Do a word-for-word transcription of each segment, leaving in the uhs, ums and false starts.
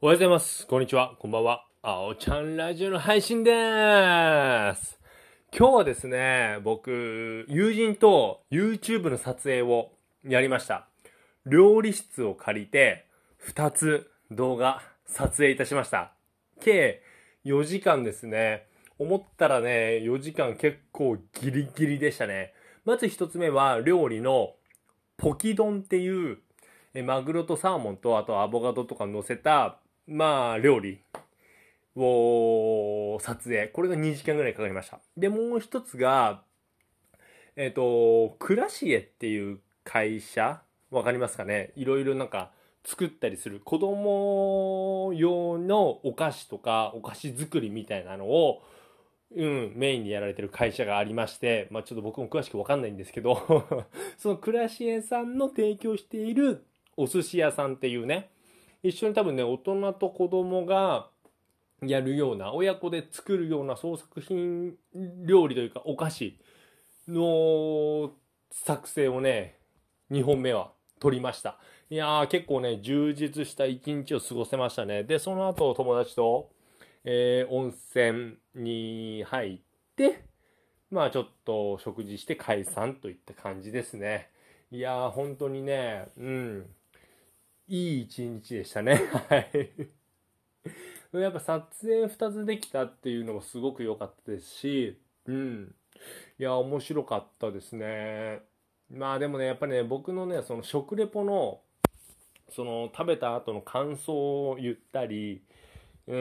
おはようございます。こんにちは。こんばんは。あおちゃんラジオの配信でーす。今日はですね、僕、友人と YouTube の撮影をやりました。料理室を借りて、ふたつ動画撮影いたしました。計よじかんですね。思ったらね、よじかん結構ギリギリでしたね。まずひとつめは料理のポキ丼っていう、えマグロとサーモンとあとアボカドとか乗せたまあ、料理を撮影。これがにじかんぐらいかかりました。で、もう一つが、えっと、クラシエっていう会社わかりますかね。いろいろなんか作ったりする子供用のお菓子とかお菓子作りみたいなのを、うん、メインにやられてる会社がありまして、まあちょっと僕も詳しくわかんないんですけどそのクラシエさんの提供しているお寿司屋さんっていうね、一緒に多分ね、大人と子供がやるような、親子で作るような創作品料理というかお菓子の作成をね、にほんめは撮りました。いやー結構ね、充実した一日を過ごせましたね。で、その後友達と、えー温泉に入って、まあちょっと食事して解散といった感じですね。いやー本当にね、うん、いい一日でしたね。はい。やっぱ撮影ふたつできたっていうのもすごく良かったですし、うん。いや、面白かったですね。まあでもね、やっぱりね、僕のね、その食レポの、その食べた後の感想を言ったり、うん、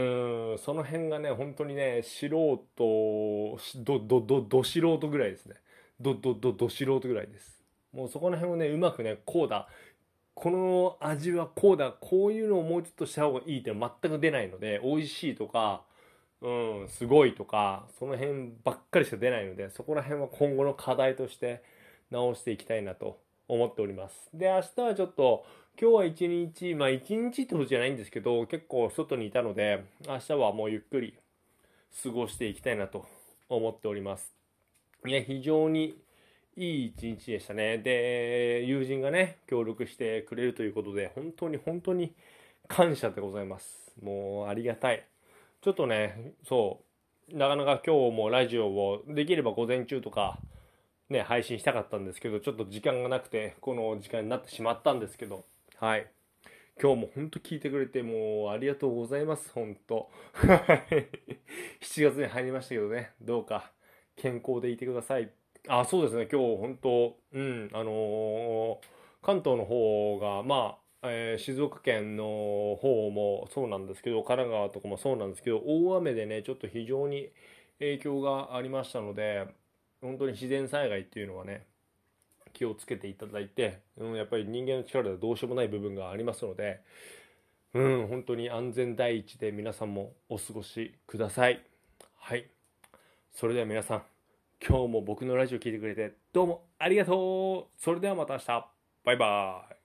その辺がね、本当にね、素人、ど、ど、ど、ど素人ぐらいですね。ど、ど、ど、ど素人ぐらいです。もうそこら辺をね、うまくね、こうだ、この味はこうだ、こういうのをもうちょっとした方がいいって全く出ないので、美味しいとか、うん、すごいとか、その辺ばっかりしか出ないので、そこら辺は今後の課題として直していきたいなと思っております。で、明日はちょっと、今日は一日、まあ一日ってことじゃないんですけど、結構外にいたので、明日はもうゆっくり過ごしていきたいなと思っております。いや、非常にいい一日でしたね。で、友人がね、協力してくれるということで、本当に本当に感謝でございます。もうありがたい。ちょっとね、そう、なかなか今日もラジオをできれば午前中とか、ね、配信したかったんですけど、ちょっと時間がなくて、この時間になってしまったんですけど、はい。今日も本当聞いてくれて、もうありがとうございます、本当。はい。しちがつに入りましたけどね、どうか健康でいてください。あ、そうですね。今日本当、うん、あのー関東の方が、まあ、えー静岡県の方もそうなんですけど、神奈川とかもそうなんですけど、大雨でね、ちょっと非常に影響がありましたので、本当に自然災害っていうのはね、気をつけていただいて、うん、やっぱり人間の力ではどうしようもない部分がありますので、うん、本当に安全第一で皆さんもお過ごしください。はい。それでは皆さん、今日も僕のラジオ聞いてくれてどうもありがとう。それではまた明日。バイバイ。